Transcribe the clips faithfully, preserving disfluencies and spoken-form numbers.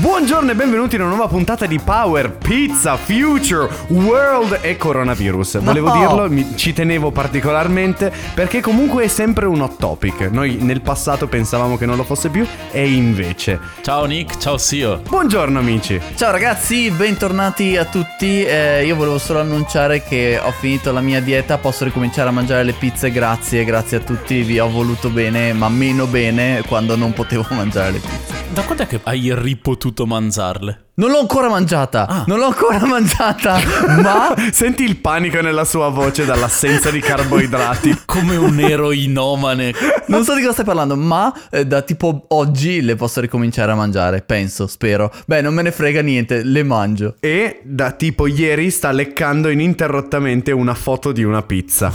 Buongiorno e benvenuti in una nuova puntata di Power Pizza Future World e Coronavirus. Volevo no. dirlo, mi, ci tenevo particolarmente perché comunque è sempre un hot topic. Noi nel passato pensavamo che non lo fosse più e invece. Ciao Nick, ciao Sio. Buongiorno amici. Ciao ragazzi, bentornati a tutti. eh, Io volevo solo annunciare che ho finito la mia dieta, posso ricominciare a mangiare le pizze. Grazie, grazie a tutti, vi ho voluto bene, ma meno bene quando non potevo mangiare le pizze. Da quando è che hai ripotuto mangiarle? Non l'ho ancora mangiata, Ah. non l'ho ancora mangiata, ma Senti il panico nella sua voce dall'assenza di carboidrati. Come un eroinomane. non so di cosa stai parlando, ma eh, da tipo oggi le posso ricominciare a mangiare, penso, spero. Beh, non me ne frega niente, le mangio. E da tipo ieri sta leccando ininterrottamente una foto di una pizza.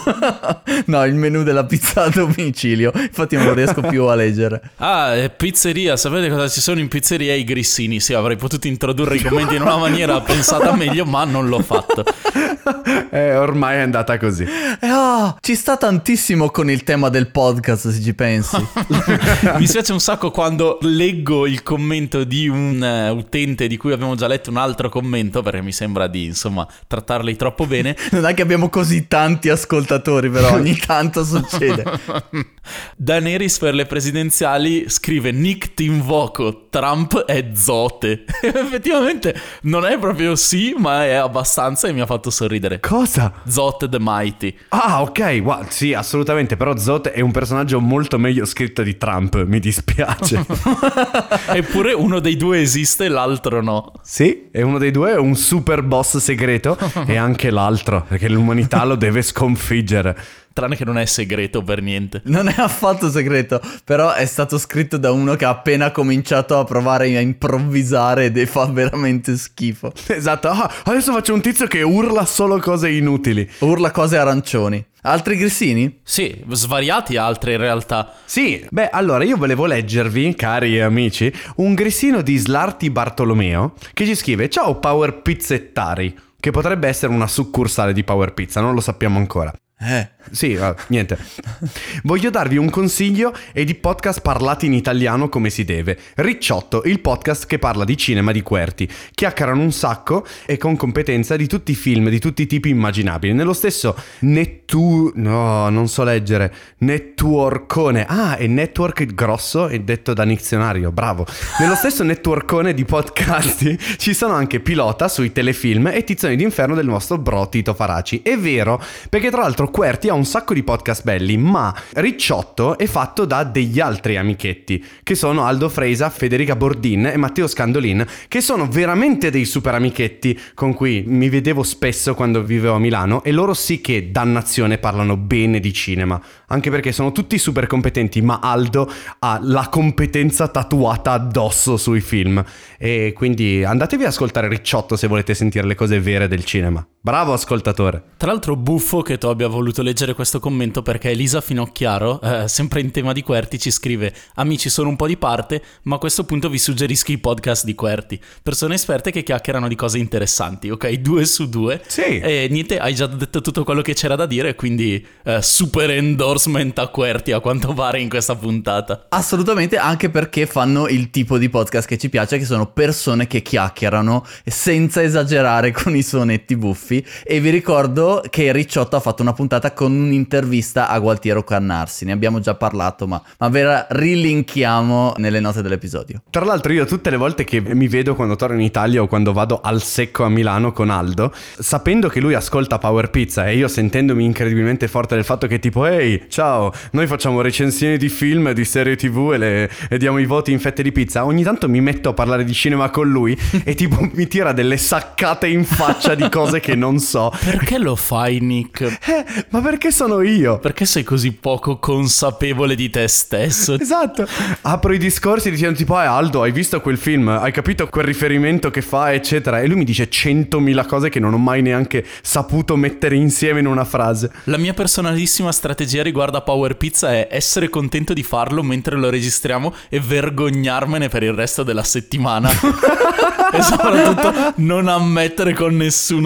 No, il menù della pizza a domicilio, infatti non lo riesco più a leggere. Ah, è pizzeria, sapete cosa ci sono in pizzeria? I grissini. Sì, avrei potuto introdurre i commenti in una maniera pensata meglio, ma non l'ho fatto. Eh, ormai è andata così. Eh, oh, ci sta tantissimo con il tema del podcast, se ci pensi. Mi spiace un sacco quando leggo il commento di un uh, utente di cui abbiamo già letto un altro commento, perché mi sembra di, insomma, trattarli troppo bene. Non è che abbiamo così tanti ascoltatori, però ogni tanto succede. Daenerys per le presidenziali scrive: Nick ti invoco, Trump è zote. Effettivamente non è proprio sì, ma è abbastanza e mi ha fatto sorridere. Cosa? Zod the Mighty. Ah, ok, wow, sì, assolutamente. Però Zod è un personaggio molto meglio scritto di Trump, mi dispiace. Eppure uno dei due esiste e l'altro no. Sì, e uno dei due è un super boss segreto e anche l'altro, perché l'umanità lo deve sconfiggere. Tranne che non è segreto per niente. Non è affatto segreto, però è stato scritto da uno che ha appena cominciato a provare a improvvisare ed fa veramente schifo. Esatto, ah, adesso faccio un tizio che urla solo cose inutili. Urla cose arancioni. Altri grissini? Sì, svariati altri in realtà. Sì, beh, allora io volevo leggervi, cari amici, un grissino di Slarti Bartolomeo che ci scrive: ciao Power Pizzettari, che potrebbe essere una succursale di Power Pizza, non lo sappiamo ancora. Eh. Sì, uh, niente. Voglio darvi un consiglio e di podcast parlati in italiano come si deve. Ricciotto, il podcast che parla di cinema di QWERTY. Chiacchierano un sacco e con competenza di tutti i film, di tutti i tipi immaginabili. Nello stesso nettu... no, non so leggere. Networkone. Ah, è network grosso e detto da dizionario, bravo. Nello stesso networkone di podcast ci sono anche Pilota sui telefilm e Tizzoni d'Inferno del nostro bro Tito Faraci. È vero, perché tra l'altro QWERTY ha un sacco di podcast belli, ma Ricciotto è fatto da degli altri amichetti, che sono Aldo Freisa, Federica Bordin e Matteo Scandolin, che sono veramente dei super amichetti con cui mi vedevo spesso quando vivevo a Milano, e loro sì che, dannazione, parlano bene di cinema, anche perché sono tutti super competenti, ma Aldo ha la competenza tatuata addosso sui film, e quindi andatevi ad ascoltare Ricciotto se volete sentire le cose vere del cinema. Bravo ascoltatore. Tra l'altro buffo che tu abbia voluto leggere questo commento, perché Elisa Finocchiaro, eh, sempre in tema di QWERTY, ci scrive: amici, sono un po' di parte, ma a questo punto vi suggerisco i podcast di QWERTY, persone esperte che chiacchierano di cose interessanti. Ok, due su due. Sì. E niente, hai già detto tutto quello che c'era da dire, quindi eh, super endorsement a QWERTY a quanto pare in questa puntata. Assolutamente, anche perché fanno il tipo di podcast che ci piace, che sono persone che chiacchierano senza esagerare con i suonetti buffi. E vi ricordo che Ricciotto ha fatto una puntata con un'intervista a Gualtiero Cannarsi. Ne abbiamo già parlato, ma, ma ve la rilinkiamo nelle note dell'episodio. Tra l'altro io tutte le volte che mi vedo quando torno in Italia o quando vado al secco a Milano con Aldo, sapendo che lui ascolta Power Pizza e io sentendomi incredibilmente forte del fatto che tipo ehi, ciao, noi facciamo recensioni di film, di serie tv e, le, e diamo i voti in fette di pizza, ogni tanto mi metto a parlare di cinema con lui e tipo mi tira delle saccate in faccia di cose che non so. Perché lo fai, Nick? Eh, ma perché sono io? Perché sei così poco consapevole di te stesso? Esatto. Apro i discorsi dicendo tipo: eh Aldo, hai visto quel film? Hai capito quel riferimento che fa, eccetera? E lui mi dice centomila cose che non ho mai neanche saputo mettere insieme in una frase. La mia personalissima strategia riguardo a Power Pizza è essere contento di farlo mentre lo registriamo e vergognarmene per il resto della settimana. E soprattutto non ammettere con nessuno tipo che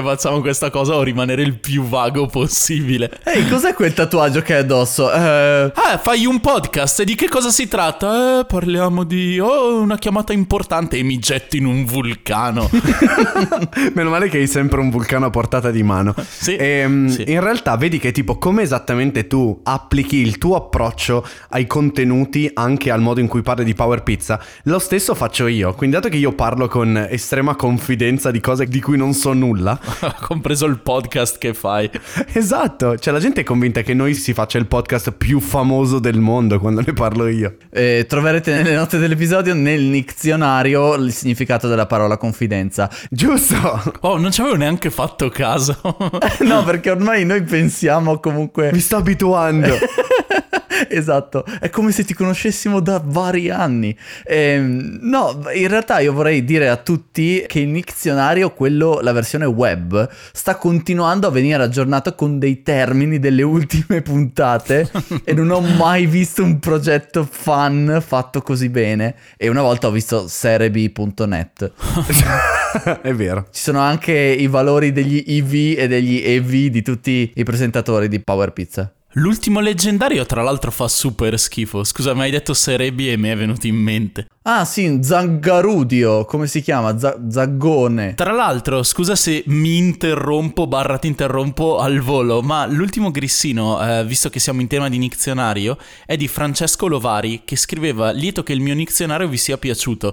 facciamo questa cosa o rimanere il più vago possibile. Ehi, cos'è quel tatuaggio che hai addosso? Eh... Ah, fai un podcast e di che cosa si tratta? Eh, parliamo di oh, una chiamata importante e mi getto in un vulcano. Meno male che hai sempre un vulcano a portata di mano. Sì, e, sì. In realtà vedi che tipo come esattamente tu applichi il tuo approccio ai contenuti anche al modo in cui parli di Power Pizza, lo stesso faccio io. Quindi dato che io parlo con estrema confidenza di cose di cui non so nulla, compreso il podcast che fai. Esatto, cioè la gente è convinta che noi si faccia il podcast più famoso del mondo quando ne parlo io. Eh, troverete nelle note dell'episodio nel dizionario il significato della parola confidenza. Giusto. Oh, non ci avevo neanche fatto caso. No, perché ormai noi pensiamo comunque... Mi sto abituando. Esatto, è come se ti conoscessimo da vari anni. Ehm, no, in realtà io vorrei dire a tutti che il dizionario, quello, la versione web, sta continuando a venire aggiornato con dei termini delle ultime puntate e non ho mai visto un progetto fan fatto così bene. E una volta ho visto serebi punto net. È vero. Ci sono anche i valori degli I V e degli E V di tutti i presentatori di Power Pizza. L'ultimo leggendario tra l'altro fa super schifo. Scusa, mi hai detto Serebi e mi è venuto in mente. Ah sì, Zangarudio, come si chiama? Z- Zaggone. Tra l'altro, scusa se mi interrompo barra ti interrompo al volo, ma l'ultimo grissino, eh, visto che siamo in tema di dizionario, è di Francesco Lovari, che scriveva: lieto che il mio dizionario vi sia piaciuto.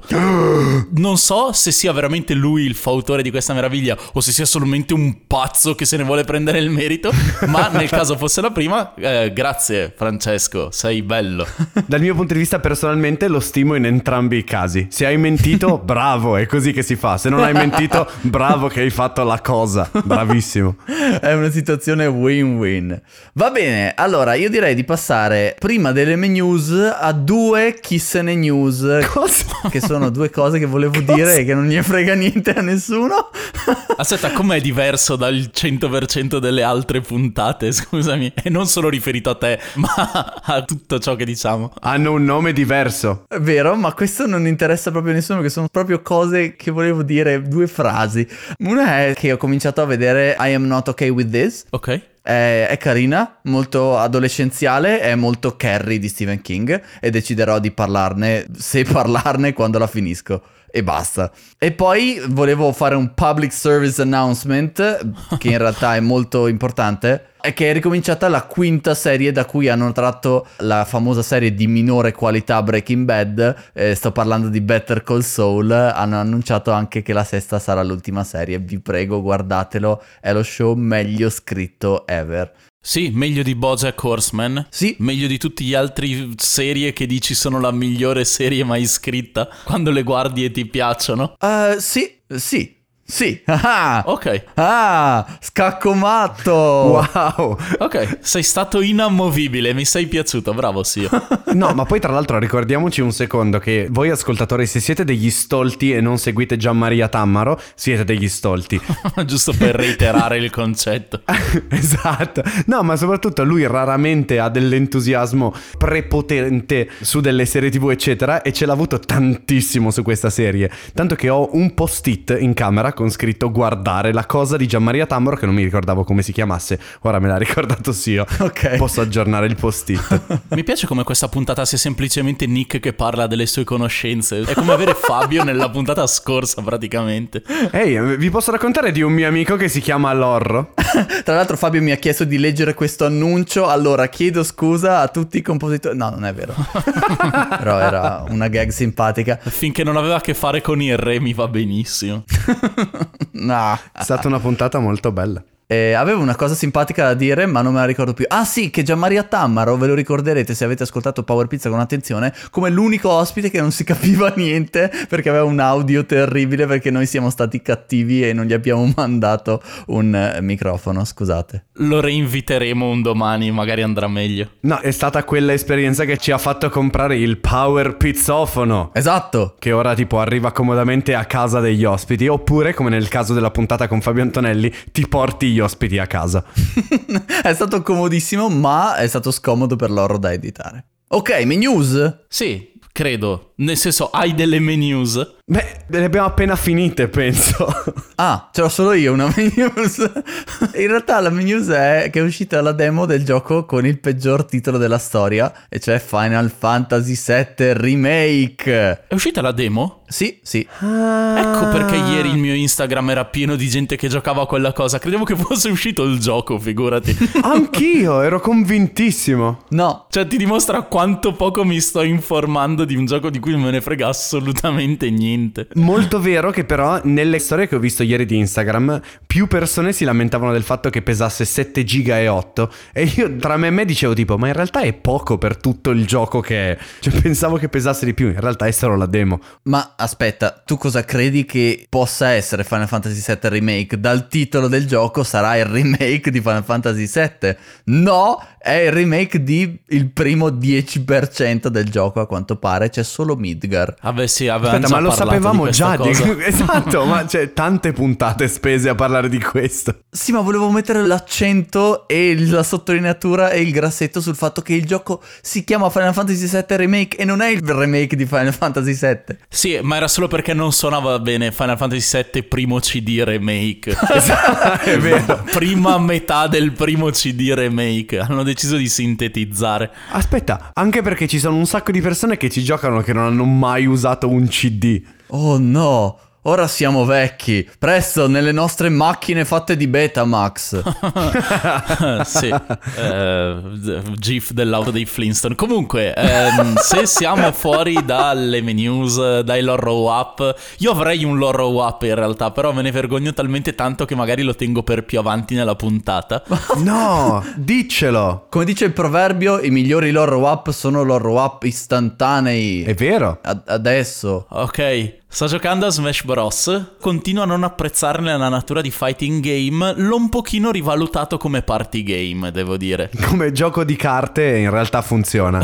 Non so se sia veramente lui il fautore di questa meraviglia o se sia solamente un pazzo che se ne vuole prendere il merito, ma nel caso fosse la prima, eh, grazie Francesco, sei bello. Dal mio punto di vista personalmente lo stimo in entrambi i casi. Se hai mentito, bravo, è così che si fa. Se non hai mentito, bravo che hai fatto la cosa. Bravissimo. È una situazione win-win. Va bene, allora io direi di passare prima delle me news a due chi se ne news. Cosa? Che sono due cose che volevo Cosa? dire e che non ne frega niente a nessuno. Aspetta, com'è diverso dal cento per cento delle altre puntate, scusami? E non solo riferito a te, ma a tutto ciò che diciamo. Hanno un nome diverso. È vero, ma questo non interessa proprio a nessuno, che sono proprio cose che volevo dire, due frasi. Una è che ho cominciato a vedere I Am Not Okay With This. Ok. È, è carina, molto adolescenziale, è molto Carrie di Stephen King e deciderò di parlarne, se parlarne, quando la finisco. E basta. E poi volevo fare un public service announcement, che in realtà è molto importante, è che è ricominciata la quinta serie da cui hanno tratto la famosa serie di minore qualità Breaking Bad. Eh, sto parlando di Better Call Saul. Hanno annunciato anche che la sesta sarà l'ultima serie. Vi prego, guardatelo, è lo show meglio scritto ever. Sì, meglio di BoJack Horseman. Sì. Meglio di tutte le altre serie che dici sono la migliore serie mai scritta, quando le guardi e ti piacciono. Uh, sì, sì, sì. Ah, Ok. ah, scacco matto. Wow. Ok, sei stato inamovibile, mi sei piaciuto, bravo Sio. No, ma poi tra l'altro ricordiamoci un secondo che voi ascoltatori, se siete degli stolti e non seguite Gianmaria Tammaro, siete degli stolti. Giusto per reiterare il concetto. Esatto. No, ma soprattutto lui raramente ha dell'entusiasmo prepotente su delle serie tv eccetera, e ce l'ha avuto tantissimo su questa serie, tanto che ho un post-it in camera con scritto guardare la cosa di Gianmaria Tammaro, che non mi ricordavo come si chiamasse, ora me l'ha ricordato Sio. Ok. Posso aggiornare il post-it. Mi piace come questa puntata sia semplicemente Nick che parla delle sue conoscenze. È come avere Fabio nella puntata scorsa praticamente. Ehi, vi posso raccontare di un mio amico che si chiama Lorro? Tra l'altro Fabio mi ha chiesto di leggere questo annuncio, allora chiedo scusa a tutti i compositori. No, non è vero. Però era una gag simpatica. Finché non aveva a che fare con il re mi va benissimo. No. È stata una puntata molto bella. Eh, avevo una cosa simpatica da dire, ma non me la ricordo più. Ah sì, che Gianmaria Tammaro, ve lo ricorderete se avete ascoltato Power Pizza con attenzione, come l'unico ospite che non si capiva niente perché aveva un audio terribile, perché noi siamo stati cattivi e non gli abbiamo mandato un eh, microfono, scusate. Lo reinviteremo un domani, magari andrà meglio. No, è stata quella esperienza che ci ha fatto comprare il Power Pizzofono, Esatto. che ora tipo arriva comodamente a casa degli ospiti, oppure come nel caso della puntata con Fabio Antonelli ti porti gli ospiti a casa. È stato comodissimo, ma è stato scomodo per loro da editare. Ok, me news? Sì, credo. Nel senso, hai delle menus? Beh, le abbiamo appena finite, penso. Ah, ce l'ho solo io una news. In realtà la news è che è uscita la demo del gioco con il peggior titolo della storia, e cioè Final Fantasy sette Remake. È uscita la demo? Sì, sì. Ah. Ecco perché ieri il mio Instagram era pieno di gente che giocava a quella cosa. Credevo che fosse uscito il gioco, figurati. Anch'io, ero convintissimo. No. Cioè, ti dimostra quanto poco mi sto informando di un gioco di cui non me ne frega assolutamente niente. Molto vero che però nelle storie che ho visto ieri di Instagram più persone si lamentavano del fatto che pesasse sette giga e otto, e io tra me e me dicevo tipo ma in realtà è poco per tutto il gioco che è. Cioè pensavo che pesasse di più, in realtà è solo la demo. Ma aspetta, tu cosa credi che possa essere Final Fantasy sette Remake? Dal titolo del gioco sarà il remake di Final Fantasy sette? No, è il remake di il primo dieci per cento del gioco, a quanto pare. C'è solo Midgar. Vabbè, sì, avevamo Aspetta, già ma lo parlato sapevamo di già di... cosa. Esatto, ma c'è tante puntate spese a parlare di questo. Sì, ma volevo mettere l'accento e la sottolineatura e il grassetto sul fatto che il gioco si chiama Final Fantasy sette Remake e non è il remake di Final Fantasy sette. Sì, ma era solo perché non suonava bene Final Fantasy sette primo C D remake. Esatto, è vero. Prima metà del primo C D remake. Hanno deciso di sintetizzare. Aspetta, anche perché ci sono un sacco di persone che ci giocano che non hanno mai usato un C D. Oh no, ora siamo vecchi. Presto, nelle nostre macchine fatte di Betamax. Sì, eh, GIF dell'auto dei Flintstone. Comunque, ehm, se siamo fuori dalle news, dai lore up, io avrei un lore up in realtà, però me ne vergogno talmente tanto che magari lo tengo per più avanti nella puntata. No, diccelo. Come dice il proverbio, i migliori lore up sono lore up istantanei. È vero. A- adesso. Ok, sto giocando a Smash Bros. Continuo a non apprezzarne la natura di fighting game. L'ho un pochino rivalutato come party game, devo dire. Come gioco di carte in realtà funziona.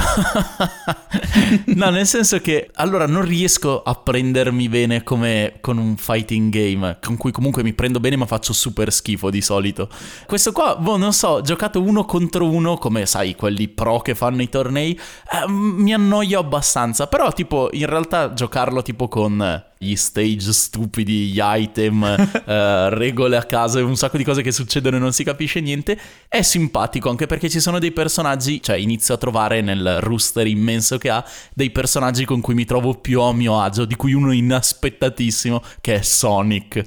No, nel senso che allora non riesco a prendermi bene come con un fighting game, con cui comunque mi prendo bene ma faccio super schifo di solito. Questo qua, boh, non so, giocato uno contro uno, come sai, quelli pro che fanno i tornei, eh, mi annoio abbastanza. Però tipo, in realtà giocarlo tipo con gli stage stupidi, gli item, eh, regole a caso e un sacco di cose che succedono e non si capisce niente, è simpatico, anche perché ci sono dei personaggi, cioè inizio a trovare nel rooster immenso che ha dei personaggi con cui mi trovo più a mio agio, di cui uno inaspettatissimo che è Sonic.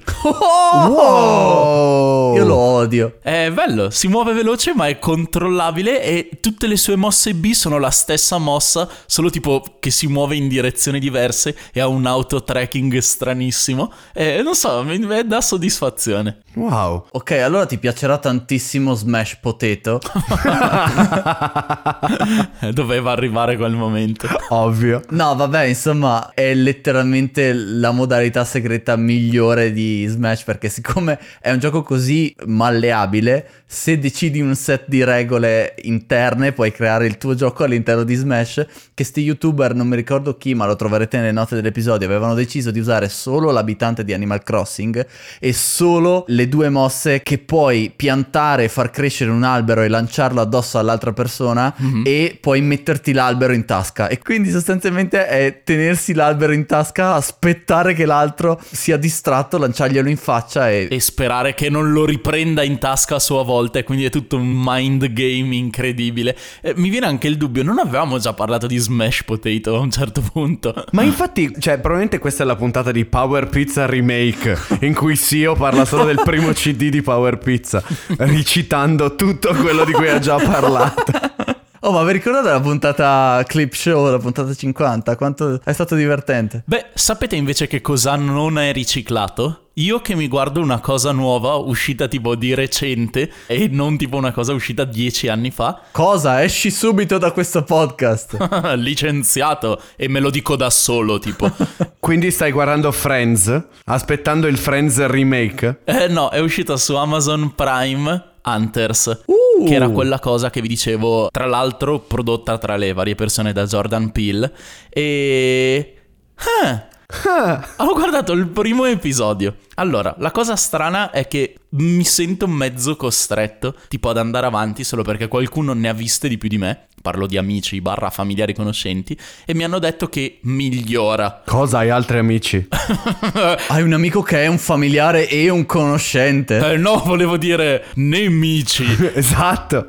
Wow! Io lo odio. È bello, si muove veloce ma è controllabile e tutte le sue mosse B sono la stessa mossa, solo tipo che si muove in direzioni diverse e ha un auto tracking stranissimo e non so, mi mi dà soddisfazione. Wow. Ok, allora ti piacerà tantissimo Smash Potato. Doveva arrivare quel momento. Ovvio. No, vabbè, insomma, è letteralmente la modalità segreta migliore di Smash, perché siccome è un gioco così malleabile, se decidi un set di regole interne puoi creare il tuo gioco all'interno di Smash, che sti youtuber, non mi ricordo chi, ma lo troverete nelle note dell'episodio, avevano deciso di usare solo l'abitante di Animal Crossing e solo le due mosse che puoi piantare, far crescere un albero e lanciarlo addosso all'altra persona, mm-hmm. e puoi metterti l'albero in tasca, e quindi sostanzialmente è tenersi l'albero in tasca, aspettare che l'altro sia distratto, lanciarglielo in faccia e... e sperare che non lo riprenda in tasca a sua volta, e quindi è tutto un mind game incredibile. Eh, mi viene anche il dubbio, non avevamo già parlato di Smash Potato a un certo punto? Ma infatti, cioè, probabilmente questa è la puntata di Power Pizza Remake, in cui Sio parla solo del primo C D di Power Pizza, recitando tutto quello di cui ha già parlato. Oh, ma vi ricordate la puntata Clip Show, la puntata cinquanta? Quanto è stato divertente. Beh, sapete invece che cosa non è riciclato? Io che mi guardo una cosa nuova uscita tipo di recente e non tipo una cosa uscita dieci anni fa. Cosa? Esci subito da questo podcast. Licenziato, e me lo dico da solo tipo. Quindi stai guardando Friends? Aspettando il Friends remake? Eh no, è uscita su Amazon Prime Hunters, uh. che era quella cosa che vi dicevo, tra l'altro prodotta tra le varie persone da Jordan Peele. E... Eh... Ho guardato il primo episodio. Allora, la cosa strana è che mi sento mezzo costretto, tipo, ad andare avanti solo perché qualcuno ne ha viste di più di me. Parlo di amici, barra familiari conoscenti, e mi hanno detto che migliora. Cosa, hai altri amici? Hai un amico che è un familiare e un conoscente? Eh, no, volevo dire nemici. Esatto.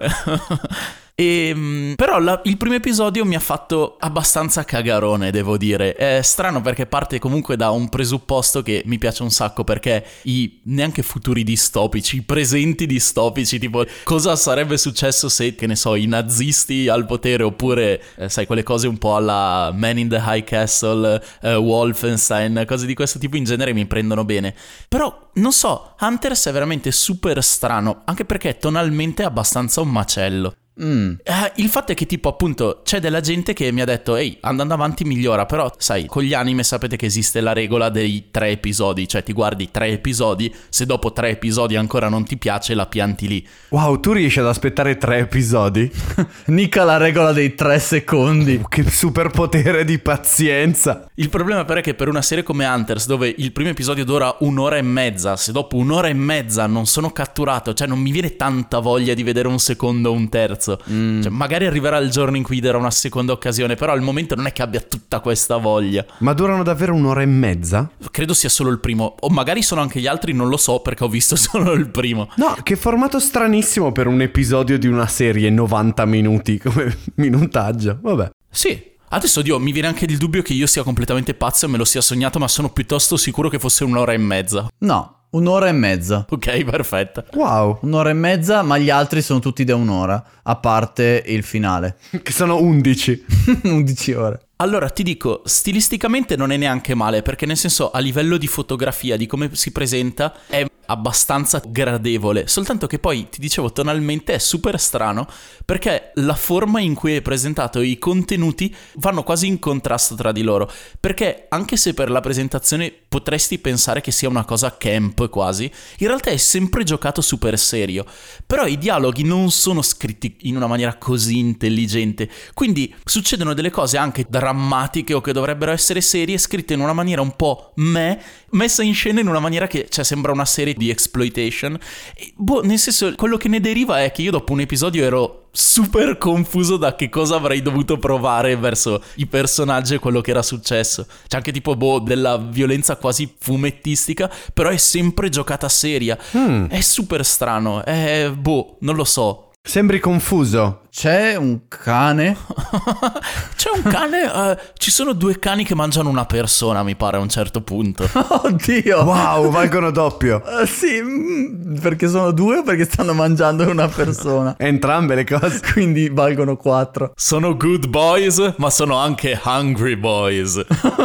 E, però la, il primo episodio mi ha fatto abbastanza cagarone, devo dire. È strano perché parte comunque da un presupposto che mi piace un sacco, perché i neanche futuri distopici, i presenti distopici, tipo cosa sarebbe successo se, che ne so, i nazisti al potere, oppure eh, sai, quelle cose un po' alla Man in the High Castle, eh, Wolfenstein, cose di questo tipo in genere mi prendono bene. Però non so, Hunters è veramente super strano, anche perché tonalmente è abbastanza un macello. Mm. Uh, il fatto è che tipo appunto c'è della gente che mi ha detto ehi, andando avanti migliora, però sai, con gli anime sapete che esiste la regola dei tre episodi, cioè ti guardi tre episodi, se dopo tre episodi ancora non ti piace la pianti lì. Wow, tu riesci ad aspettare tre episodi? Nick ha la regola dei tre secondi. Uh, che superpotere di pazienza. Il problema però è che per una serie come Hunters, dove il primo episodio dura un'ora e mezza, se dopo un'ora e mezza non sono catturato, cioè non mi viene tanta voglia di vedere un secondo o un terzo. Mm. Cioè, magari arriverà il giorno in cui darò una seconda occasione, però al momento non è che abbia tutta questa voglia. Ma durano davvero un'ora e mezza? Credo sia solo il primo, o magari sono anche gli altri, non lo so perché ho visto solo il primo. No, che formato stranissimo per un episodio di una serie, novanta minuti come minutaggio. Vabbè. Sì. Adesso, Dio, mi viene anche il dubbio che io sia completamente pazzo e me lo sia sognato, ma sono piuttosto sicuro che fosse un'ora e mezza. No, un'ora e mezza. Ok, perfetto. Wow. Un'ora e mezza, ma gli altri sono tutti da un'ora, a parte il finale. Che sono undici. undici ore. Allora, ti dico, stilisticamente non è neanche male, perché nel senso, a livello di fotografia, di come si presenta, è abbastanza gradevole. Soltanto che poi, ti dicevo, tonalmente è super strano, perché la forma in cui è presentato e i contenuti vanno quasi in contrasto tra di loro. Perché anche se per la presentazione potresti pensare che sia una cosa camp quasi, in realtà è sempre giocato super serio. Però i dialoghi non sono scritti in una maniera così intelligente, quindi succedono delle cose anche drammatiche o che dovrebbero essere serie, scritte in una maniera un po' meh, messa in scena in una maniera che, cioè, sembra una serie di exploitation. E, boh, nel senso, quello che ne deriva è che io dopo un episodio ero super confuso da che cosa avrei dovuto provare verso i personaggi e quello che era successo. C'è anche tipo, boh, della violenza quasi fumettistica, però è sempre giocata seria. Mm. È super strano, è, boh, non lo so. Sembri confuso. C'è un cane? C'è un cane? Uh, ci sono due cani che mangiano una persona, mi pare, a un certo punto. Oddio! Wow, valgono doppio. Uh, sì, perché sono due o perché stanno mangiando una persona? Entrambe le cose. Quindi valgono quattro. Sono good boys, ma sono anche hungry boys.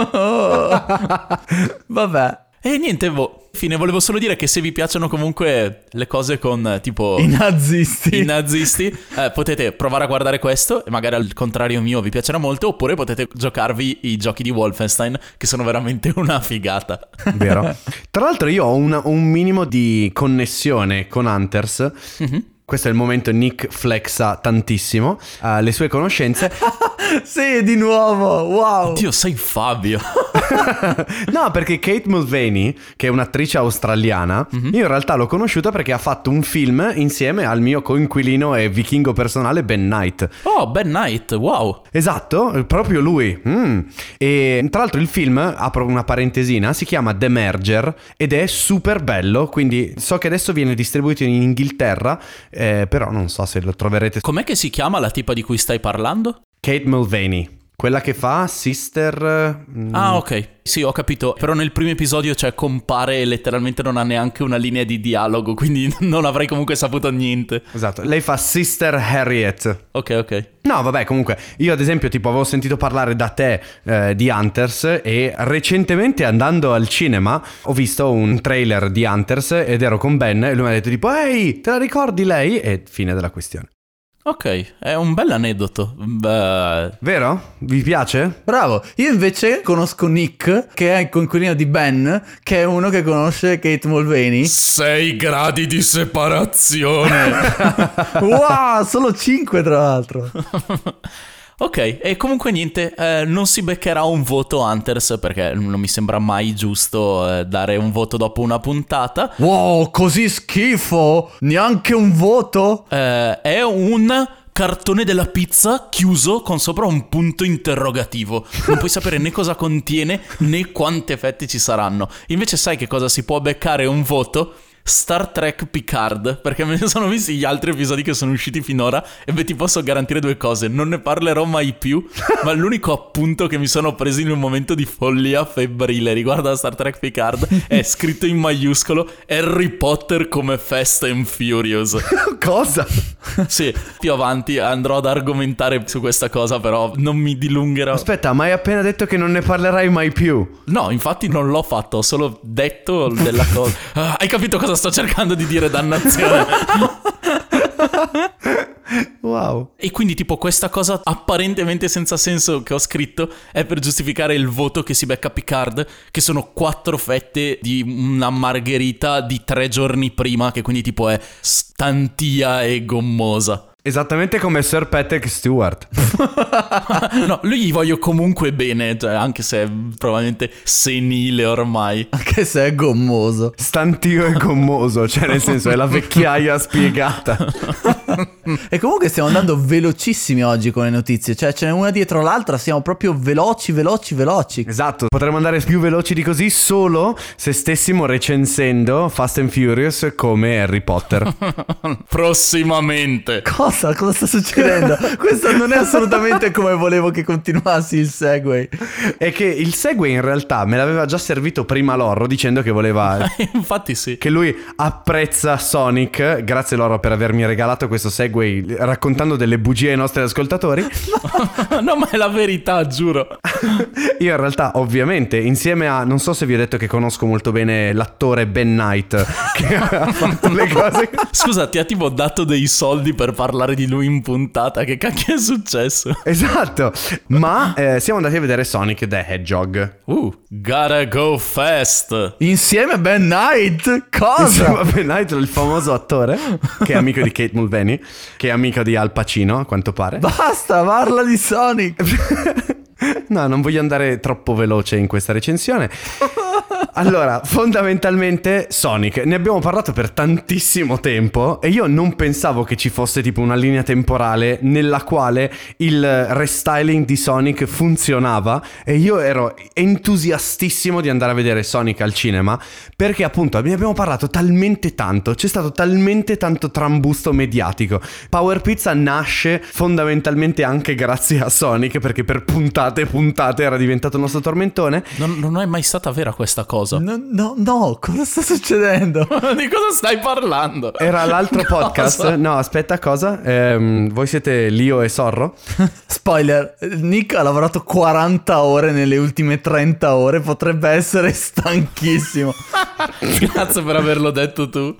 Vabbè. E niente, boh, fine, volevo solo dire che se vi piacciono comunque le cose con tipo i nazisti, i nazisti eh, potete provare a guardare questo e magari al contrario mio vi piacerà molto, oppure potete giocarvi i giochi di Wolfenstein, che sono veramente una figata. Vero. Tra l'altro io ho una, un minimo di connessione con Hunters. Mm-hmm. Questo è il momento Nick flexa tantissimo uh, le sue conoscenze. Sì, di nuovo, wow. Dio, sei Fabio. No, perché Kate Mulvaney, che è un'attrice australiana, mm-hmm. io in realtà l'ho conosciuta perché ha fatto un film insieme al mio coinquilino e vichingo personale Ben Knight. Oh, Ben Knight, wow. Esatto, proprio lui. Mm. E tra l'altro il film, apro una parentesina, si chiama The Merger ed è super bello, quindi so che adesso viene distribuito in Inghilterra, eh, però non so se lo troverete. Com'è che si chiama la tipa di cui stai parlando? Kate Mulvaney. Quella che fa Sister... Ah, ok. Sì, ho capito. Però nel primo episodio, cioè, compare e letteralmente non ha neanche una linea di dialogo, quindi non avrei comunque saputo niente. Esatto. Lei fa Sister Harriet. Ok, ok. No, vabbè, comunque, io ad esempio, tipo, avevo sentito parlare da te eh, di Hunters e recentemente andando al cinema ho visto un trailer di Hunters ed ero con Ben e lui mi ha detto tipo, ehi, te la ricordi lei? E fine della questione. Ok, è un bel aneddoto. Beh... Vero? Vi piace? Bravo. Io invece conosco Nick, che è il coinquilino di Ben, che è uno che conosce Kate Mulvaney. Sei gradi di separazione. Wow, solo cinque tra l'altro. Ok, e comunque niente, eh, non si beccherà un voto Hunters perché non mi sembra mai giusto eh, dare un voto dopo una puntata. Wow, così schifo? Neanche un voto? Eh, è un cartone della pizza chiuso con sopra un punto interrogativo. Non puoi sapere né cosa contiene né quante fette ci saranno. Invece sai che cosa si può beccare un voto? Star Trek Picard, perché me ne sono visti gli altri episodi che sono usciti finora e beh, ti posso garantire due cose: non ne parlerò mai più, ma l'unico appunto che mi sono preso in un momento di follia febbrile riguardo a Star Trek Picard è scritto in maiuscolo Harry Potter come Fast and Furious. Cosa? Sì, più avanti andrò ad argomentare su questa cosa, però non mi dilungherò. Aspetta, ma hai appena detto che non ne parlerai mai più. No, infatti non l'ho fatto, ho solo detto della cosa. Ah, hai capito cosa sto cercando di dire, dannazione? Wow. E quindi tipo questa cosa apparentemente senza senso che ho scritto è per giustificare il voto che si becca Picard, che sono quattro fette di una margherita di tre giorni prima, che quindi tipo è stantia e gommosa. Esattamente come Sir Patrick Stewart. No, lui gli voglio comunque bene, cioè, anche se è probabilmente senile ormai. Anche se è gommoso. Stantio e gommoso, cioè nel senso è la vecchiaia spiegata. E comunque stiamo andando velocissimi oggi con le notizie, cioè ce n'è una dietro l'altra, siamo proprio veloci, veloci, veloci. Esatto, potremmo andare più veloci di così solo se stessimo recensendo Fast and Furious come Harry Potter. Prossimamente. Cosa? Cosa sta succedendo? Questo non è assolutamente come volevo che continuassi il segue. È che il segue in realtà me l'aveva già servito prima Loro dicendo che voleva... Infatti sì. Che lui apprezza Sonic. Grazie Loro per avermi regalato questo segue raccontando delle bugie ai nostri ascoltatori. No, no, ma è la verità, giuro. Io in realtà ovviamente insieme a... Non so se vi ho detto che conosco molto bene l'attore Ben Knight che ha fatto le cose... Scusa, ti ha tipo dato dei soldi per parlare di lui in puntata? Che cacchio è successo? Esatto. Ma eh, siamo andati a vedere Sonic the Hedgehog. Uh, gotta go fast. Insieme a Ben Knight? Cosa? Insieme a Ben Knight, il famoso attore che è amico di Kate Mulvaney, che è amico di Al Pacino a quanto pare. Basta, parla di Sonic. No, non voglio andare troppo veloce in questa recensione. Allora, fondamentalmente Sonic, ne abbiamo parlato per tantissimo tempo e io non pensavo che ci fosse tipo una linea temporale nella quale il restyling di Sonic funzionava e io ero entusiastissimo di andare a vedere Sonic al cinema perché appunto ne abbiamo parlato talmente tanto, c'è stato talmente tanto trambusto mediatico. Power Pizza nasce fondamentalmente anche grazie a Sonic perché per puntate e puntate era diventato il nostro tormentone. Non, non è mai stata vera questa cosa. No, no, no, cosa sta succedendo? Di cosa stai parlando? Era l'altro podcast. Cosa? No, aspetta, cosa? Ehm, voi siete Lio e Sorro? Spoiler, Nick ha lavorato quaranta ore nelle ultime trenta ore, potrebbe essere stanchissimo. Grazie per averlo detto tu.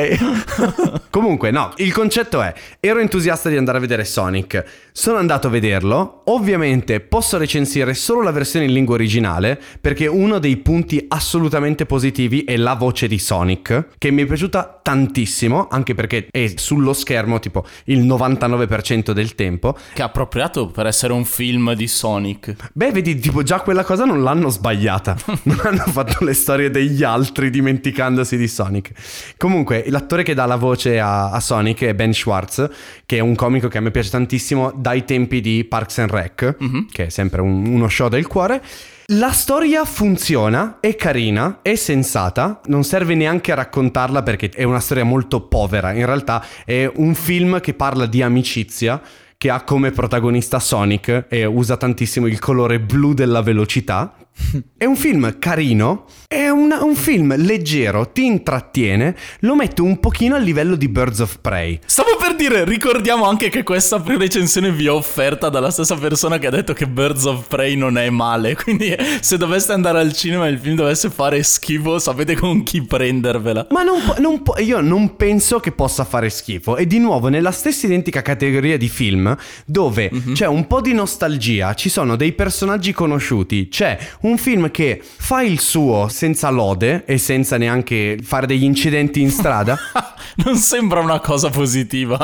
Ok. Comunque, no, il concetto è: ero entusiasta di andare a vedere Sonic. Sono andato a vederlo. Ovviamente posso recensire solo la versione in lingua originale perché uno dei punti assolutamente positivi è la voce di Sonic, che mi è piaciuta tantissimo, anche perché è sullo schermo tipo il novantanove per cento del tempo. Che è appropriato per essere un film di Sonic. Beh, vedi, tipo già quella cosa non l'hanno sbagliata. Non hanno fatto le storie degli altri dimenticandosi di Sonic. Comunque, l'attore che dà la voce a, a Sonic è Ben Schwartz, che è un comico che a me piace tantissimo dai tempi di Parks and Rec, mm-hmm. che è sempre un, uno show del cuore. La storia funziona, è carina, è sensata, non serve neanche a raccontarla perché è una storia molto povera. In realtà è un film che parla di amicizia, che ha come protagonista Sonic e usa tantissimo il colore blu della velocità. È un film carino, è un, un film leggero, ti intrattiene, lo mette un pochino al livello di Birds of Prey. Stavo per dire, ricordiamo anche che questa recensione vi è offerta dalla stessa persona che ha detto che Birds of Prey non è male, quindi se doveste andare al cinema e il film dovesse fare schifo, sapete con chi prendervela. Ma non, po- non po- io non penso che possa fare schifo. E di nuovo nella stessa identica categoria di film dove mm-hmm. c'è un po' di nostalgia, ci sono dei personaggi conosciuti, c'è un un film che fa il suo senza lode e senza neanche fare degli incidenti in strada. Non sembra una cosa positiva.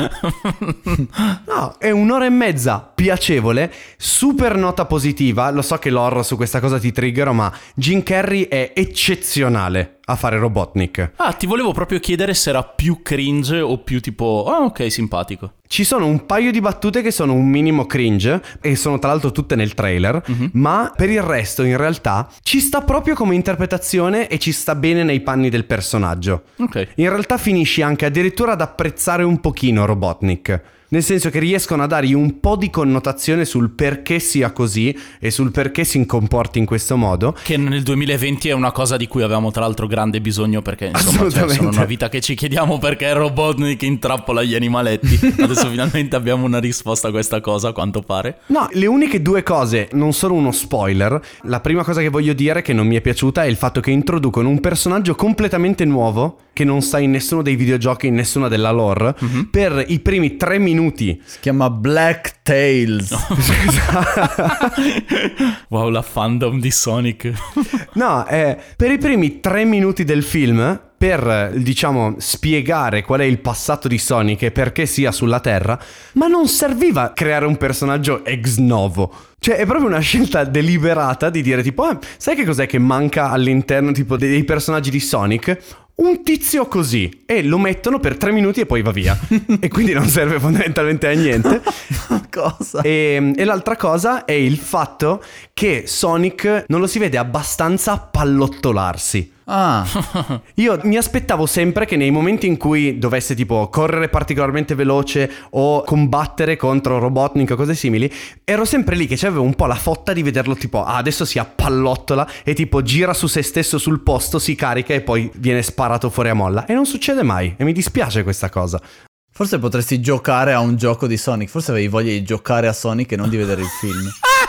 No, è un'ora e mezza piacevole, super nota positiva. Lo so che l'horror su questa cosa ti triggero, ma Jim Carrey è eccezionale a fare Robotnik. Ah, ti volevo proprio chiedere se era più cringe o più tipo, ah ok, simpatico. Ci sono un paio di battute che sono un minimo cringe e sono tra l'altro tutte nel trailer, mm-hmm. ma per il resto in realtà ci sta proprio come interpretazione e ci sta bene nei panni del personaggio. Ok. In realtà finisci anche addirittura ad apprezzare un pochino Robotnik. Nel senso che riescono a dargli un po' di connotazione sul perché sia così e sul perché si comporti in questo modo. Che nel duemilaventi è una cosa di cui avevamo tra l'altro grande bisogno, perché insomma cioè, sono una vita che ci chiediamo perché Robotnik intrappola gli animaletti. Adesso finalmente abbiamo una risposta a questa cosa, a quanto pare. No, le uniche due cose non sono uno spoiler. La prima cosa che voglio dire che non mi è piaciuta è il fatto che introducono un personaggio completamente nuovo che non sta in nessuno dei videogiochi, in nessuna della lore, mm-hmm. per i primi tre minuti. Si chiama Black Tails. Wow, la fandom di Sonic. No, eh, per i primi tre minuti del film, per, diciamo, spiegare qual è il passato di Sonic e perché sia sulla Terra, ma non serviva creare un personaggio ex novo. Cioè è proprio una scelta deliberata di dire tipo, ah, sai che cos'è che manca all'interno tipo dei personaggi di Sonic? Un tizio così, e lo mettono per tre minuti e poi va via. E quindi non serve fondamentalmente a niente. Cosa? E, e l'altra cosa è il fatto che Sonic non lo si vede abbastanza pallottolarsi. Ah. Io mi aspettavo sempre che nei momenti in cui dovesse tipo correre particolarmente veloce o combattere contro Robotnik o cose simili, ero sempre lì che c'avevo un po' la fotta di vederlo tipo ah, adesso si appallottola e tipo gira su se stesso sul posto, si carica e poi viene sparato fuori a molla. E non succede mai e mi dispiace questa cosa. Forse potresti giocare a un gioco di Sonic. Forse avevi voglia di giocare a Sonic e non di vedere il film.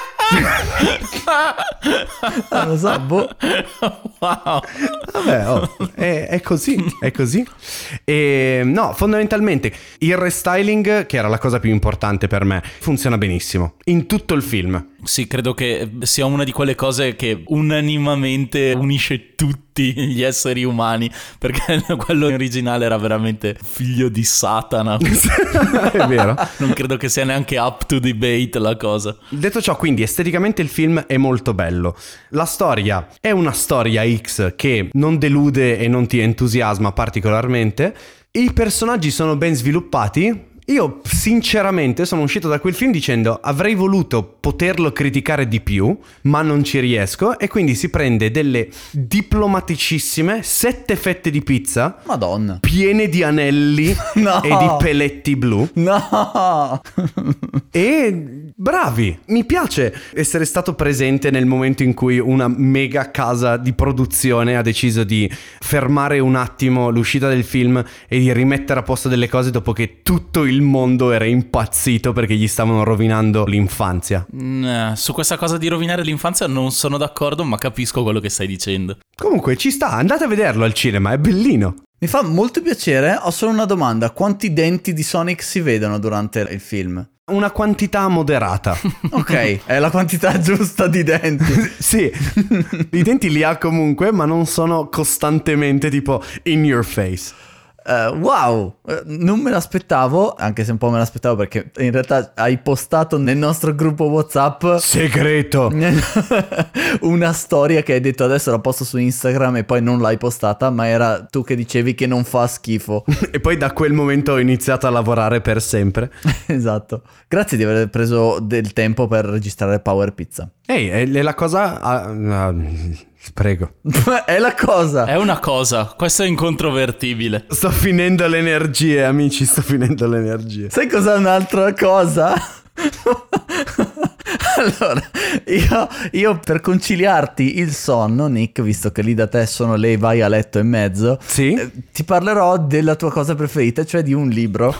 Non lo so, boh. Wow. Vabbè, oh, è, è così, è così. E no, fondamentalmente il restyling, che era la cosa più importante per me, funziona benissimo in tutto il film. Sì, credo che sia una di quelle cose che unanimamente unisce tutti gli esseri umani, perché quello originale era veramente figlio di Satana. È vero. Non credo che sia neanche up to debate la cosa. Detto ciò, quindi esteticamente il film è molto bello. La storia è una storia X che non delude e non ti entusiasma particolarmente. I personaggi sono ben sviluppati. Io sinceramente sono uscito da quel film dicendo avrei voluto poterlo criticare di più, ma non ci riesco, e quindi si prende delle diplomaticissime sette fette di pizza, Madonna, piene di anelli no. e di peletti blu. No. E bravi, mi piace essere stato presente nel momento in cui una mega casa di produzione ha deciso di fermare un attimo l'uscita del film e di rimettere a posto delle cose dopo che tutto il il mondo era impazzito perché gli stavano rovinando l'infanzia. Mm, su questa cosa di rovinare l'infanzia non sono d'accordo, ma capisco quello che stai dicendo. Comunque ci sta, andate a vederlo al cinema, è bellino. Mi fa molto piacere, ho solo una domanda: quanti denti di Sonic si vedono durante il film? Una quantità moderata. Ok, è la quantità giusta di denti. Sì, i denti li ha comunque, ma non sono costantemente tipo in your face. Uh, wow, uh, non me l'aspettavo, anche se un po' me l'aspettavo perché in realtà hai postato nel nostro gruppo WhatsApp segreto una storia che hai detto adesso la posto su Instagram e poi non l'hai postata, ma era tu che dicevi che non fa schifo. E poi da quel momento ho iniziato a lavorare per sempre. Esatto, grazie di aver preso del tempo per registrare Power Pizza. Ehi, è la cosa... Uh, uh, prego. È la cosa. È una cosa, questo è incontrovertibile. Sto finendo le energie, amici, sto finendo le energie. Sai cos'è un'altra cosa? Allora, io, io per conciliarti il sonno, Nick, visto che lì da te sono le vai a letto e mezzo, sì? eh, ti parlerò della tua cosa preferita, cioè di un libro.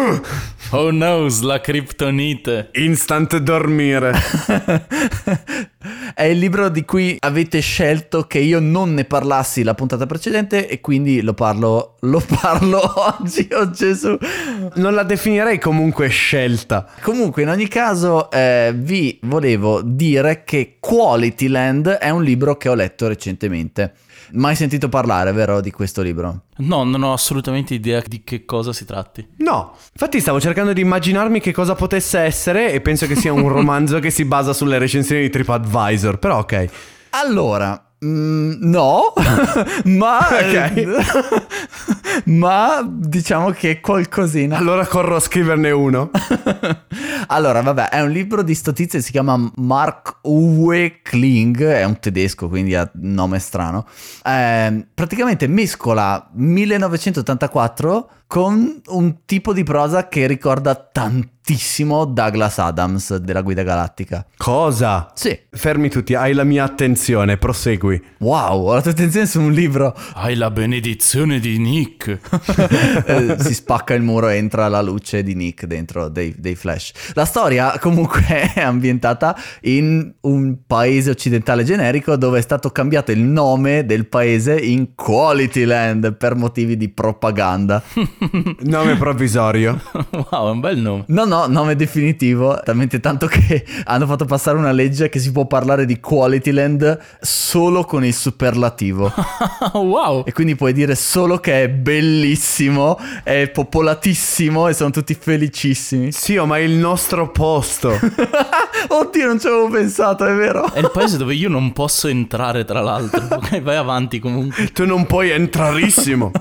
Oh no, la criptonite. Instant dormire. È il libro di cui avete scelto che io non ne parlassi la puntata precedente e quindi lo parlo, lo parlo oggi, oh Gesù. Non la definirei comunque scelta. Comunque, in ogni caso, eh, vi volevo dire che Quality Land è un libro che ho letto recentemente. Mai sentito parlare, vero, di questo libro? No, non ho assolutamente idea di che cosa si tratti. No, infatti stavo cercando di immaginarmi che cosa potesse essere e penso che sia un romanzo che si basa sulle recensioni di TripAdvisor, però ok. Allora, mm, no, ma, Ok. ma diciamo che qualcosina. Allora corro a scriverne uno. Allora, vabbè, è un libro di sto tizio, si chiama Mark Uwe Kling, è un tedesco, quindi ha un nome strano. Eh, praticamente mescola millenovecentottantaquattro con un tipo di prosa che ricorda tantissimo Douglas Adams della Guida Galattica. Cosa? Sì. Fermi tutti, hai la mia attenzione, prosegui. Wow, ho la tua attenzione su un libro. Hai la benedizione di Nick. Eh, si spacca il muro e entra la luce di Nick dentro dei, dei flash. La storia comunque è ambientata in un paese occidentale generico dove è stato cambiato il nome del paese in Quality Land per motivi di propaganda. Nome provvisorio. Wow, è un bel nome. No, no, nome definitivo, talmente tanto che hanno fatto passare una legge che si può parlare di Quality Land solo con il superlativo. Wow. E quindi puoi dire solo che è bellissimo, è popolatissimo e sono tutti felicissimi. Sì, oh, ma è il nostro posto. Oddio, non ci avevo pensato, è vero? È il paese dove io non posso entrare, tra l'altro. Ok, vai avanti comunque. Tu non puoi entrarissimo.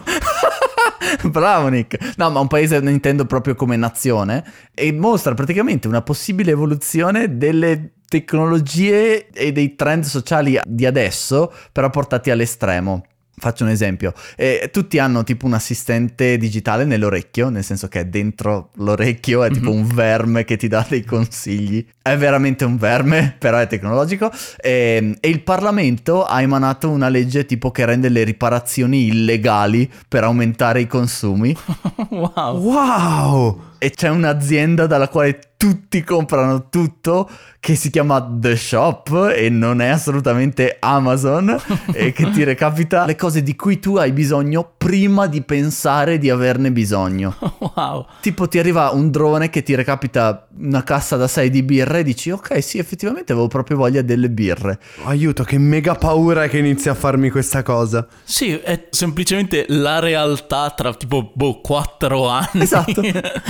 Bravo Nick. No, ma un paese ne intendo proprio come nazione e mostra praticamente una possibile evoluzione delle tecnologie e dei trend sociali di adesso, però portati all'estremo. Faccio un esempio, eh, tutti hanno tipo un assistente digitale nell'orecchio, nel senso che è dentro l'orecchio, è tipo mm-hmm. un verme che ti dà dei consigli. È veramente un verme, però è tecnologico. E, e il Parlamento ha emanato una legge tipo che rende le riparazioni illegali per aumentare i consumi. Wow. Wow. E c'è un'azienda dalla quale tutti comprano tutto che si chiama The Shop e non è assolutamente Amazon e che ti recapita le cose di cui tu hai bisogno prima di pensare di averne bisogno. Wow. Tipo ti arriva un drone che ti recapita una cassa da sei di birre e dici ok sì effettivamente avevo proprio voglia delle birre. Aiuto, che mega paura che inizi a farmi questa cosa. Sì, è semplicemente la realtà tra tipo boh quattro anni. Esatto.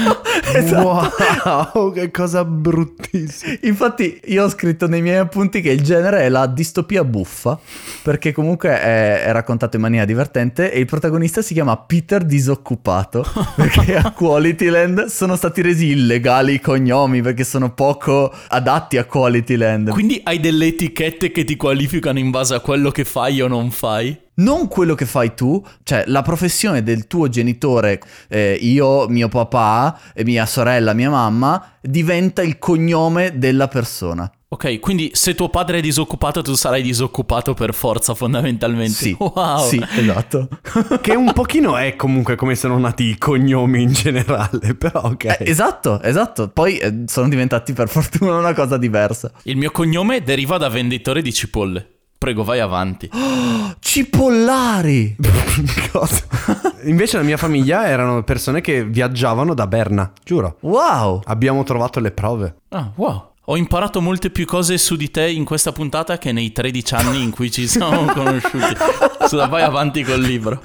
Esatto. Wow, che cosa bruttissima. Infatti io ho scritto nei miei appunti che il genere è la distopia buffa, perché comunque è, è raccontato in maniera divertente e il protagonista si chiama Peter Disoccupato, perché a Quality Land sono stati resi illegali i cognomi perché sono poco adatti a Quality Land. Quindi hai delle etichette che ti qualificano in base a quello che fai o non fai? Non quello che fai tu, cioè la professione del tuo genitore, eh, io, mio papà, mia sorella, mia mamma, diventa il cognome della persona. Ok, quindi se tuo padre è disoccupato tu sarai disoccupato per forza fondamentalmente. Sì, wow. Sì, esatto. Che un pochino è comunque come sono nati i cognomi in generale, però ok. Eh, esatto, esatto. Poi eh, sono diventati per fortuna una cosa diversa. Il mio cognome deriva da venditore di cipolle. Prego, vai avanti. Oh, cipollari! Cosa? Invece la mia famiglia erano persone che viaggiavano da Berna, giuro. Wow! Abbiamo trovato le prove. Ah, wow. Ho imparato molte più cose su di te in questa puntata che nei tredici anni in cui ci siamo conosciuti. Sulla, vai avanti col libro.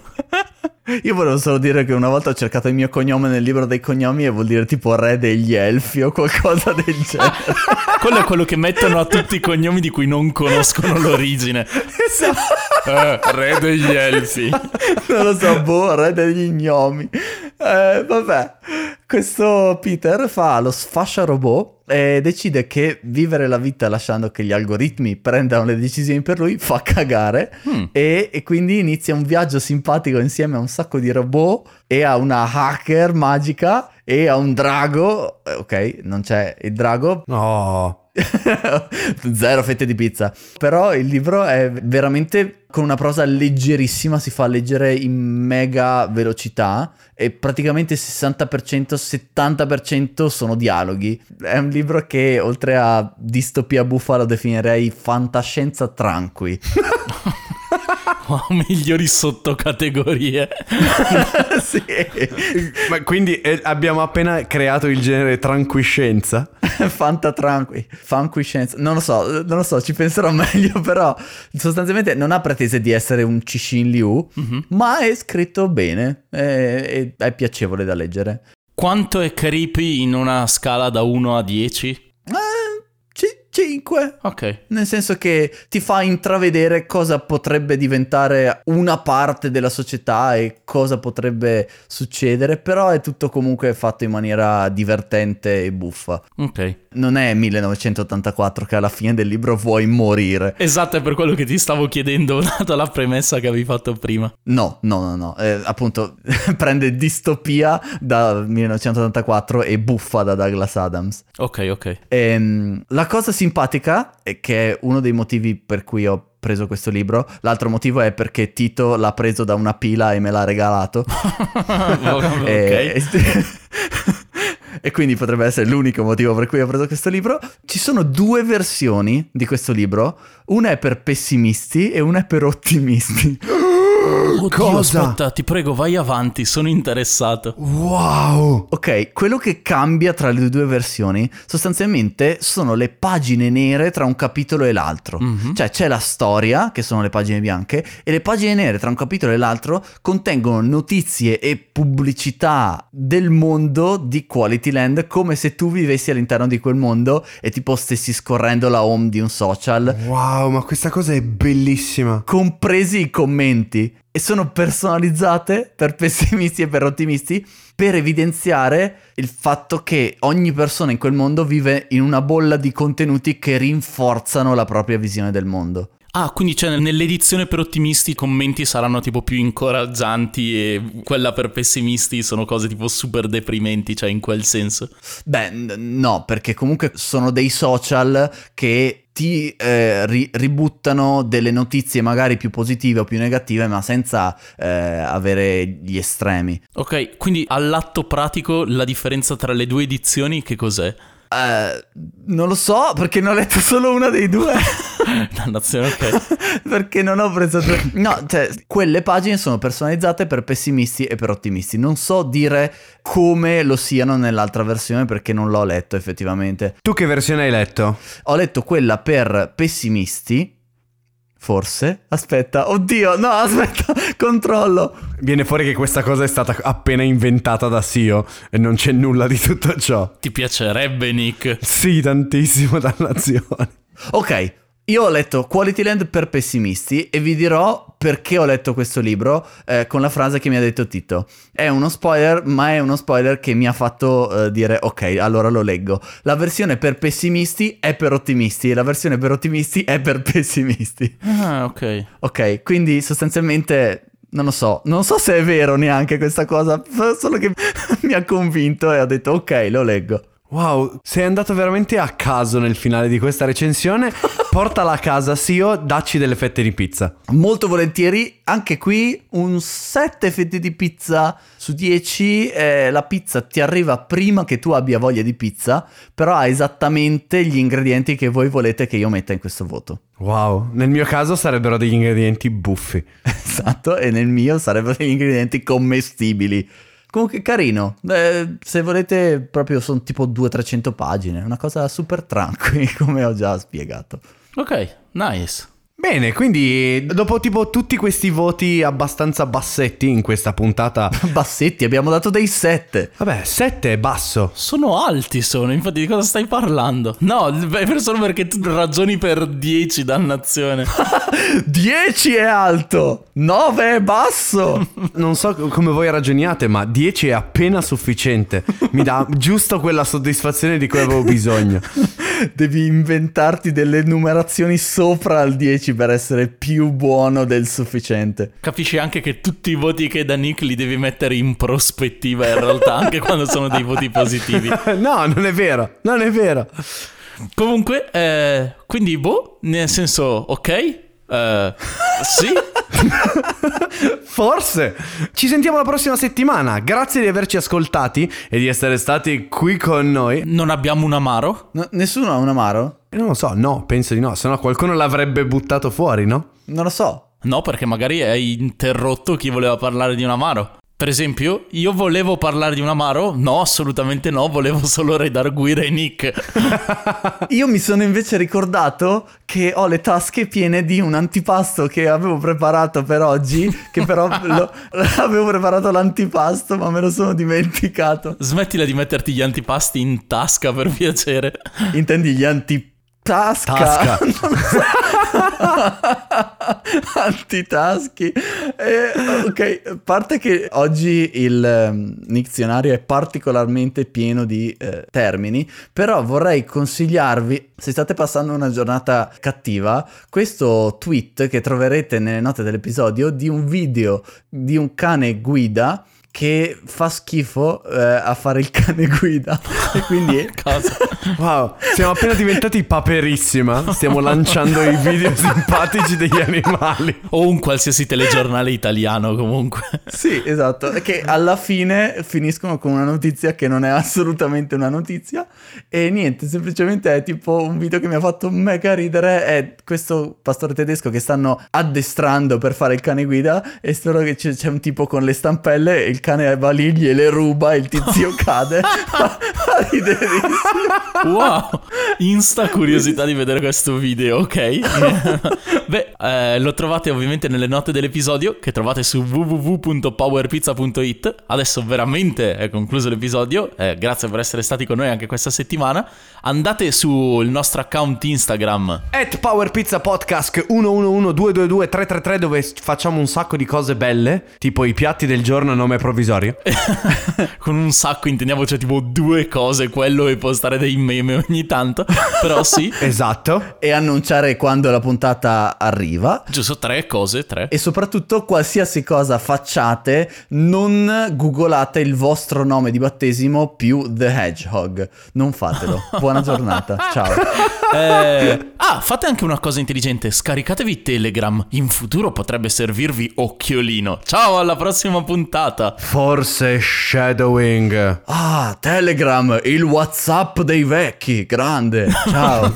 Io volevo solo dire che una volta ho cercato il mio cognome nel libro dei cognomi e vuol dire tipo re degli elfi o qualcosa del genere. Quello è quello che mettono a tutti i cognomi di cui non conoscono l'origine. Esatto. Eh, re degli elfi. Non lo so, boh, re degli gnomi. Eh, vabbè. Questo Peter fa lo sfascia robot e decide che vivere la vita lasciando che gli algoritmi prendano le decisioni per lui fa cagare mm. e, e quindi inizia un viaggio simpatico insieme a un sacco di robot e a una hacker magica e a un drago. Ok, non c'è il drago. Oh. Zero fette di pizza. Però il libro è veramente con una prosa leggerissima, si fa leggere in mega velocità e praticamente sessanta per cento, settanta per cento sono dialoghi. È un libro che oltre a distopia buffa lo definirei fantascienza tranqui. Wow, migliori sottocategorie. Sì. Ma quindi eh, abbiamo appena creato il genere tranquiscenza? Fanta tranqui, fanquiscenza. Non lo so, non lo so, ci penserò meglio, però sostanzialmente non ha pretese di essere un Cixin Liu, mm-hmm. ma è scritto bene, è, è, è piacevole da leggere. Quanto è creepy in una scala da uno a dieci? cinque. Ok. Nel senso che ti fa intravedere cosa potrebbe diventare una parte della società e cosa potrebbe succedere, però è tutto comunque fatto in maniera divertente e buffa. Ok. Non è millenovecentottantaquattro che alla fine del libro vuoi morire. Esatto, è per quello che ti stavo chiedendo, dato la premessa che avevi fatto prima. No, no, no, no. Eh, appunto, prende distopia da millenovecentottantaquattro e buffa da Douglas Adams. Ok, ok. E, la cosa simpatica, e che è uno dei motivi per cui ho preso questo libro, l'altro motivo è perché Tito l'ha preso da una pila e me l'ha regalato. Ok. e, e quindi potrebbe essere l'unico motivo per cui ho preso questo libro. Ci sono due versioni di questo libro, una è per pessimisti e una è per ottimisti. Oddio, cosa? Aspetta, ti prego, vai avanti, sono interessato. Wow! Ok, quello che cambia tra le due versioni sostanzialmente sono le pagine nere tra un capitolo e l'altro. Mm-hmm. Cioè c'è la storia, che sono le pagine bianche, e le pagine nere tra un capitolo e l'altro contengono notizie e pubblicità del mondo di Qualityland, come se tu vivessi all'interno di quel mondo e tipo stessi scorrendo la home di un social. Wow, ma questa cosa è bellissima. Compresi i commenti. E sono personalizzate per pessimisti e per ottimisti, per evidenziare il fatto che ogni persona in quel mondo vive in una bolla di contenuti che rinforzano la propria visione del mondo. Ah, quindi cioè nell'edizione per ottimisti i commenti saranno tipo più incoraggianti e quella per pessimisti sono cose tipo super deprimenti, cioè in quel senso? Beh, n- no, perché comunque sono dei social che ti eh, ri- ributtano delle notizie magari più positive o più negative, ma senza eh, avere gli estremi. Ok, quindi all'atto pratico la differenza tra le due edizioni che cos'è? Uh, non lo so, perché ne ho letto solo una dei due. Dannazione, ok. Perché non ho preso due. No, cioè, quelle pagine sono personalizzate per pessimisti e per ottimisti. Non so dire come lo siano nell'altra versione perché non l'ho letto effettivamente. Tu che versione hai letto? Ho letto quella per pessimisti. Forse? Aspetta, oddio, no, aspetta, controllo. Viene fuori che questa cosa è stata appena inventata da Sio e non c'è nulla di tutto ciò. Ti piacerebbe, Nick? Sì, tantissimo, dannazione. Ok, io ho letto Qualityland per pessimisti e vi dirò perché ho letto questo libro eh, con la frase che mi ha detto Tito. È uno spoiler, ma è uno spoiler che mi ha fatto eh, dire ok, allora lo leggo. La versione per pessimisti è per ottimisti e la versione per ottimisti è per pessimisti. Ah, ok. Ok, quindi sostanzialmente non lo so, non so se è vero neanche questa cosa, solo che mi ha convinto e ho detto ok, lo leggo. Wow, sei andato veramente a caso nel finale di questa recensione. Portala a casa, Sio, dacci delle fette di pizza. Molto volentieri, anche qui un sette fette di pizza su dieci. Eh, la pizza ti arriva prima che tu abbia voglia di pizza, però ha esattamente gli ingredienti che voi volete che io metta in questo voto. Wow, nel mio caso sarebbero degli ingredienti buffi. Esatto, e nel mio sarebbero degli ingredienti commestibili. Comunque carino, eh, se volete proprio sono tipo duecento trecento pagine, una cosa super tranquilla come ho già spiegato. Ok, nice. Bene, quindi dopo tipo tutti questi voti abbastanza bassetti in questa puntata... Bassetti, abbiamo dato dei sette. Vabbè, sette è basso. Sono alti, sono, infatti di cosa stai parlando? No, beh, solo perché tu ragioni per dieci, dannazione. dieci è alto, nove è basso. Non so come voi ragioniate, ma dieci è appena sufficiente. Mi dà giusto quella soddisfazione di cui avevo bisogno. Devi inventarti delle numerazioni sopra al dieci per essere più buono del sufficiente. Capisci anche che tutti i voti che da Nick li devi mettere in prospettiva in realtà, anche quando sono dei voti positivi. No, non è vero, non è vero. Comunque, eh, quindi boh, nel senso, ok, eh, sì. Forse. Ci sentiamo la prossima settimana. Grazie di averci ascoltati e di essere stati qui con noi. Non abbiamo un amaro? No, nessuno ha un amaro? Non lo so, no, penso di no, sennò qualcuno l'avrebbe buttato fuori, no? Non lo so. No, perché magari hai interrotto chi voleva parlare di un amaro. Per esempio, io volevo parlare di un amaro? No, assolutamente no, volevo solo redarguire e Nick. Io mi sono invece ricordato che ho le tasche piene di un antipasto che avevo preparato per oggi, che però lo, avevo preparato l'antipasto, ma me lo sono dimenticato. Smettila di metterti gli antipasti in tasca, per piacere. Intendi gli antipasto? Tasca, Tasca. Non so. Antitaschi. Eh, ok, a parte che oggi il um, dizionario è particolarmente pieno di eh, termini, però vorrei consigliarvi, se state passando una giornata cattiva, questo tweet che troverete nelle note dell'episodio di un video di un cane guida che fa schifo eh, a fare il cane guida. E quindi Cosa? Wow, siamo appena diventati paperissima. Stiamo lanciando i video simpatici degli animali. O un qualsiasi telegiornale italiano, comunque. sì, esatto, che alla fine finiscono con una notizia che non è assolutamente una notizia. E niente, semplicemente è tipo un video che mi ha fatto mega ridere. È questo pastore tedesco che stanno addestrando per fare il cane guida, e spero che c'è, c'è un tipo con le stampelle e il cane va lì, gliele ruba e il tizio cade. Fa riderissimo. Wow, insta curiosità di vedere questo video, ok? Beh, eh, lo trovate ovviamente nelle note dell'episodio, che trovate su w w w punto powerpizza punto it. Adesso veramente è concluso l'episodio, eh, grazie per essere stati con noi anche questa settimana. Andate sul nostro account Instagram at powerpizzapodcast uno uno uno due due due tre tre tre, dove facciamo un sacco di cose belle, tipo i piatti del giorno a nome provvisorio. con un sacco, intendiamo, cioè tipo due cose, quello e postare dei meme ogni tanto. Però sì, Esatto. E annunciare quando la puntata arriva. giusto tre cose, tre. E soprattutto, qualsiasi cosa facciate, non googolate il vostro nome di battesimo più The Hedgehog. Non fatelo. Buona giornata. Ciao. Eh, ah, fate anche una cosa intelligente, scaricatevi Telegram, in futuro potrebbe servirvi occhiolino. Ciao, alla prossima puntata. Forse shadowing. Ah, Telegram, il WhatsApp dei vecchi. Grande. Ciao.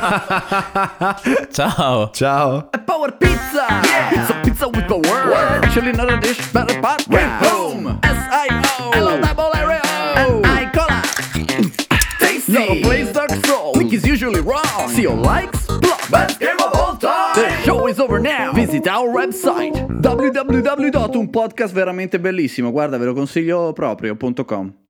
Ciao. Ciao. Power Pizza! Yeah! It's a pizza with power! Word. Chili not a dish, but a pot. Bring home! S I O! Hello, double area O! And I cola! Tasty! Not a place dark soul! Nick is usually wrong! See your likes? Block! Best game of all time! The show is over now! Visit our website w w w punto un podcast veramente bellissimo, guarda, ve lo consiglio proprio, punto com.